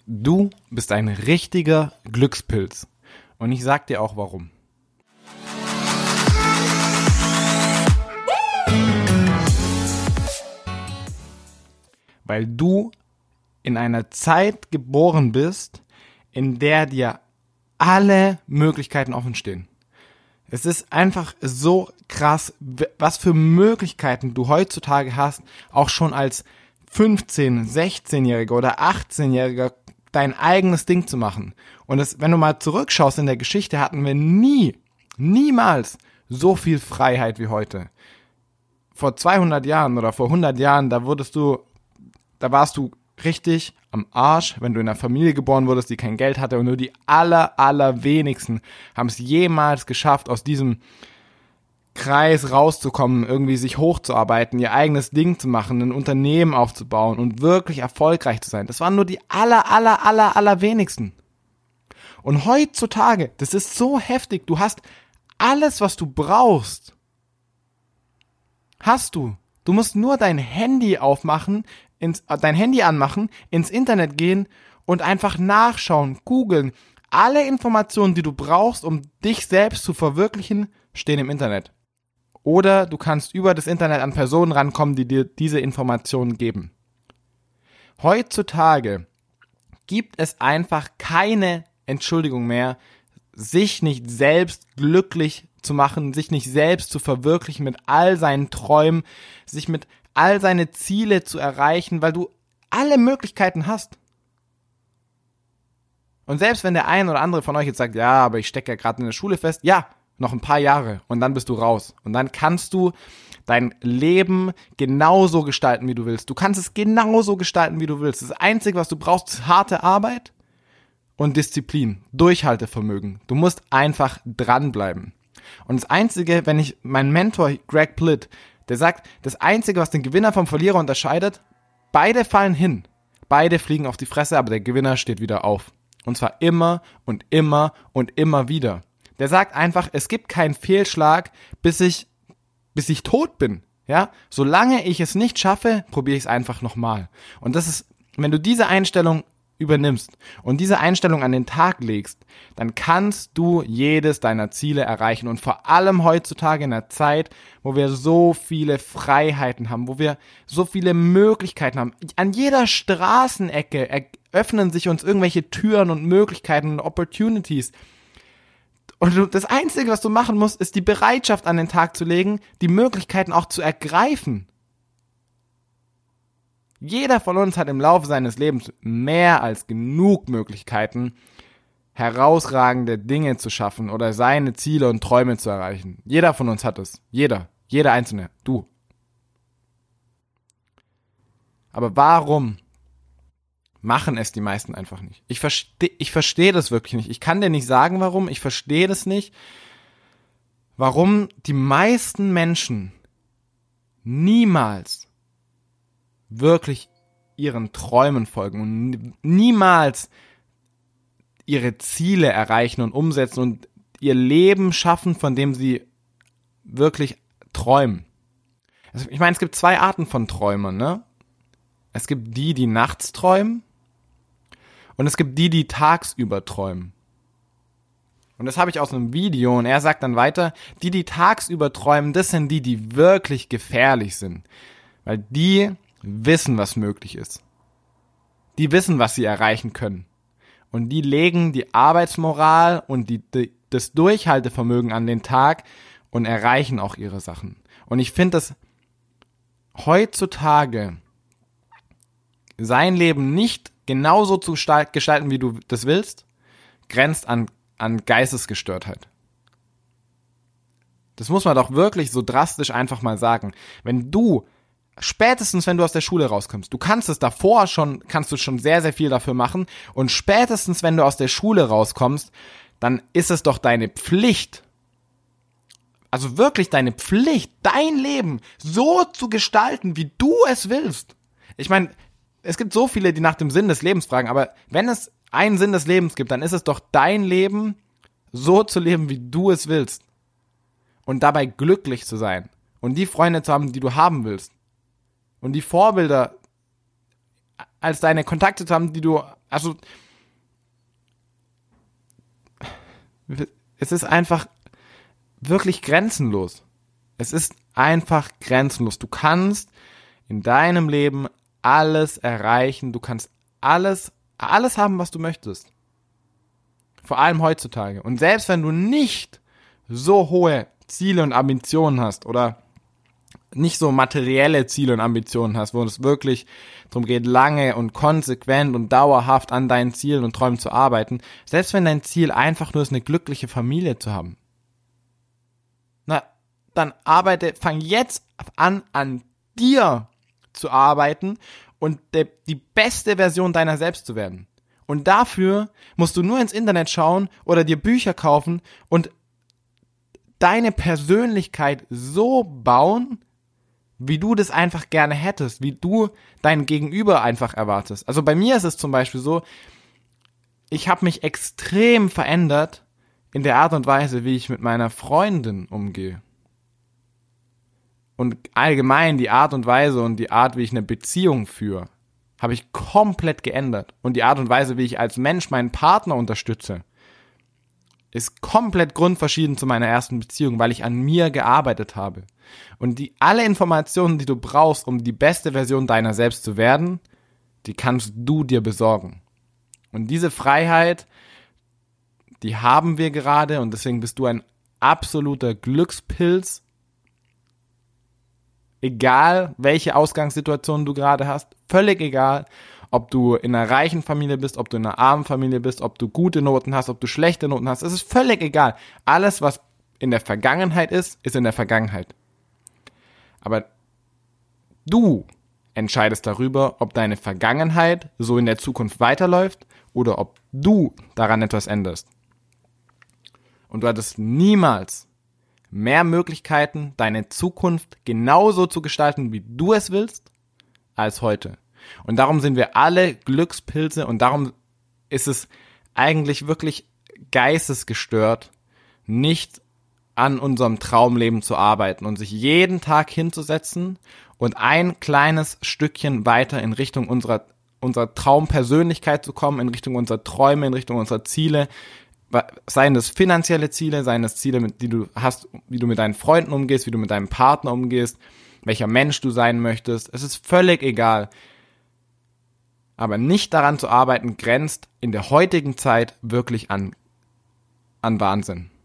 Du bist ein richtiger Glückspilz. Und ich sag dir auch warum. Weil du in einer Zeit geboren bist, in der dir alle Möglichkeiten offen stehen. Es ist einfach so krass, was für Möglichkeiten du heutzutage hast, auch schon als 15-, 16-Jähriger oder 18-Jähriger dein eigenes Ding zu machen. Und wenn du mal zurückschaust in der Geschichte, hatten wir niemals so viel Freiheit wie heute. Vor 200 Jahren oder vor 100 Jahren, da warst du richtig am Arsch, wenn du in einer Familie geboren wurdest, die kein Geld hatte, und nur die allerwenigsten haben es jemals geschafft, aus diesem Kreis rauszukommen, irgendwie sich hochzuarbeiten, ihr eigenes Ding zu machen, ein Unternehmen aufzubauen und wirklich erfolgreich zu sein. Das waren nur die allerwenigsten. Und heutzutage, das ist so heftig, du hast alles, was du brauchst. Hast du. Du musst nur dein Handy anmachen, ins Internet gehen und einfach nachschauen, googeln. Alle Informationen, die du brauchst, um dich selbst zu verwirklichen, stehen im Internet. Oder du kannst über das Internet an Personen rankommen, die dir diese Informationen geben. Heutzutage gibt es einfach keine Entschuldigung mehr, sich nicht selbst glücklich zu machen, sich nicht selbst zu verwirklichen mit all seinen Träumen, sich mit all seine Ziele zu erreichen, weil du alle Möglichkeiten hast. Und selbst wenn der ein oder andere von euch jetzt sagt, ja, aber ich stecke ja gerade in der Schule fest, ja, noch ein paar Jahre und dann bist du raus. Und dann kannst du dein Leben genauso gestalten, wie du willst. Du kannst es genauso gestalten, wie du willst. Das Einzige, was du brauchst, ist harte Arbeit und Disziplin, Durchhaltevermögen. Du musst einfach dranbleiben. Und das Einzige, mein Mentor Greg Plitt, der sagt, das Einzige, was den Gewinner vom Verlierer unterscheidet, beide fallen hin. Beide fliegen auf die Fresse, aber der Gewinner steht wieder auf. Und zwar immer und immer und immer wieder. Der sagt einfach, es gibt keinen Fehlschlag, bis ich tot bin. Ja? Solange ich es nicht schaffe, probiere ich es einfach nochmal. Und das ist, wenn du diese Einstellung übernimmst und diese Einstellung an den Tag legst, dann kannst du jedes deiner Ziele erreichen. Und vor allem heutzutage in einer Zeit, wo wir so viele Freiheiten haben, wo wir so viele Möglichkeiten haben. An jeder Straßenecke öffnen sich uns irgendwelche Türen und Möglichkeiten und Opportunities. Und das Einzige, was du machen musst, ist die Bereitschaft an den Tag zu legen, die Möglichkeiten auch zu ergreifen. Jeder von uns hat im Laufe seines Lebens mehr als genug Möglichkeiten, herausragende Dinge zu schaffen oder seine Ziele und Träume zu erreichen. Jeder von uns hat es. Jeder Einzelne. Du. Aber warum machen es die meisten einfach nicht? Ich verstehe das wirklich nicht. Ich kann dir nicht sagen, warum. Ich verstehe das nicht. Warum die meisten Menschen niemals wirklich ihren Träumen folgen und niemals ihre Ziele erreichen und umsetzen und ihr Leben schaffen, von dem sie wirklich träumen. Also ich meine, es gibt zwei Arten von Träumern, ne? Es gibt die nachts träumen und es gibt die tagsüber träumen. Und das habe ich aus einem Video und er sagt dann weiter, die tagsüber träumen, das sind die wirklich gefährlich sind. Weil die wissen, was möglich ist. Die wissen, was sie erreichen können. Und die legen die Arbeitsmoral und das Durchhaltevermögen an den Tag und erreichen auch ihre Sachen. Und ich finde das heutzutage sein Leben nicht genauso zu gestalten, wie du das willst, grenzt an Geistesgestörtheit. Das muss man doch wirklich so drastisch einfach mal sagen. Spätestens, wenn du aus der Schule rauskommst, kannst du schon sehr, sehr viel dafür machen und spätestens, wenn du aus der Schule rauskommst, dann ist es doch deine Pflicht, also wirklich deine Pflicht, dein Leben so zu gestalten, wie du es willst. Ich meine, es gibt so viele, die nach dem Sinn des Lebens fragen, aber wenn es einen Sinn des Lebens gibt, dann ist es doch dein Leben so zu leben, wie du es willst und dabei glücklich zu sein und die Freunde zu haben, die du haben willst. Und die Vorbilder als deine Kontakte zu haben, die du Also, es ist einfach wirklich grenzenlos. Es ist einfach grenzenlos. Du kannst in deinem Leben alles erreichen. Du kannst alles haben, was du möchtest. Vor allem heutzutage. Und selbst wenn du nicht so hohe Ziele und Ambitionen hast oder nicht so materielle Ziele und Ambitionen hast, wo es wirklich darum geht, lange und konsequent und dauerhaft an deinen Zielen und Träumen zu arbeiten, selbst wenn dein Ziel einfach nur ist, eine glückliche Familie zu haben, dann fang jetzt an dir zu arbeiten und die beste Version deiner selbst zu werden. Und dafür musst du nur ins Internet schauen oder dir Bücher kaufen und deine Persönlichkeit so bauen, wie du das einfach gerne hättest, wie du dein Gegenüber einfach erwartest. Also bei mir ist es zum Beispiel so, ich habe mich extrem verändert in der Art und Weise, wie ich mit meiner Freundin umgehe. Und allgemein die Art und Weise und die Art, wie ich eine Beziehung führe, habe ich komplett geändert. Und die Art und Weise, wie ich als Mensch meinen Partner unterstütze, ist komplett grundverschieden zu meiner ersten Beziehung, weil ich an mir gearbeitet habe. Und alle Informationen, die du brauchst, um die beste Version deiner selbst zu werden, die kannst du dir besorgen. Und diese Freiheit, die haben wir gerade und deswegen bist du ein absoluter Glückspilz. Egal, welche Ausgangssituation du gerade hast, völlig egal, ob du in einer reichen Familie bist, ob du in einer armen Familie bist, ob du gute Noten hast, ob du schlechte Noten hast, es ist völlig egal. Alles, was in der Vergangenheit ist in der Vergangenheit. Aber du entscheidest darüber, ob deine Vergangenheit so in der Zukunft weiterläuft oder ob du daran etwas änderst. Und du hattest niemals mehr Möglichkeiten, deine Zukunft genauso zu gestalten, wie du es willst, als heute. Und darum sind wir alle Glückspilze und darum ist es eigentlich wirklich geistesgestört, nicht an unserem Traumleben zu arbeiten und sich jeden Tag hinzusetzen und ein kleines Stückchen weiter in Richtung unserer Traumpersönlichkeit zu kommen, in Richtung unserer Träume, in Richtung unserer Ziele, seien das finanzielle Ziele, seien das Ziele, die du hast, wie du mit deinen Freunden umgehst, wie du mit deinem Partner umgehst, welcher Mensch du sein möchtest. Es ist völlig egal. Aber nicht daran zu arbeiten, grenzt in der heutigen Zeit wirklich an Wahnsinn.